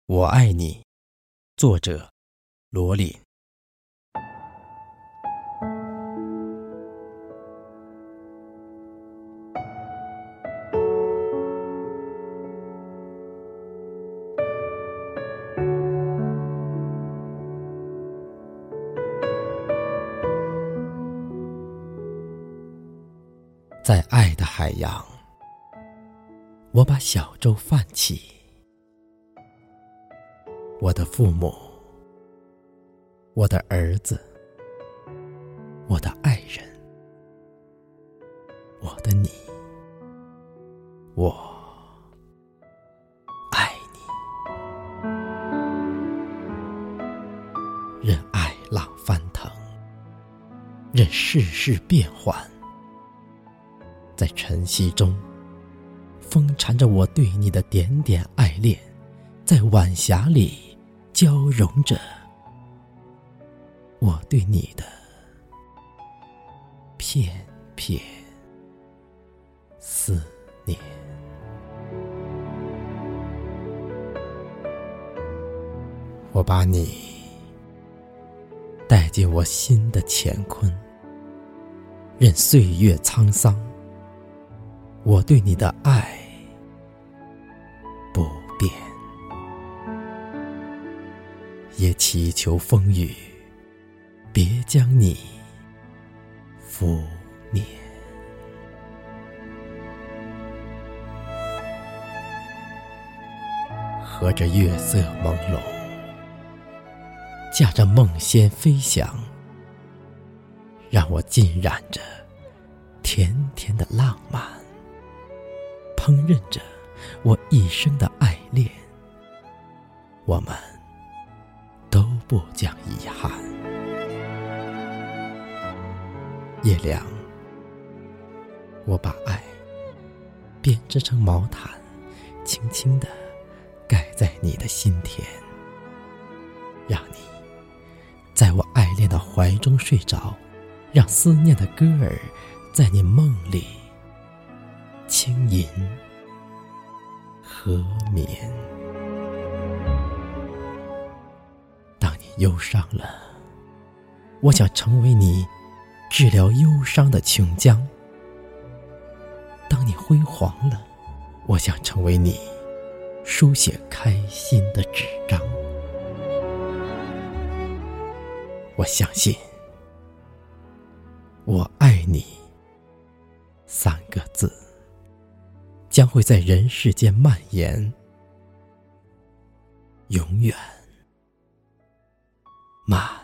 我爱你，作者罗琳。在爱的海洋，我把小舟泛起。我的父母，我的儿子，我的爱人，我的你，我爱你。任爱浪翻腾，任世事变幻，在晨曦中风缠着我对你的点点爱恋，在晚霞里交融着我对你的片片思念。我把你带进我心的乾坤，任岁月沧桑，我对你的爱不变，也祈求风雨别将你拂灭。和着月色朦胧，驾着梦仙飞翔，让我浸染着甜甜的浪漫，烹饪着我一生的爱恋，我们都不将遗憾。夜凉，我把爱编织成毛毯，轻轻地盖在你的心田，让你在我爱恋的怀中睡着，让思念的歌儿在你梦里轻吟和眠。当你忧伤了，我想成为你治疗忧伤的琼浆；当你辉煌了，我想成为你书写开心的纸张。我相信我爱你3个字将会在人世间蔓延，永远漫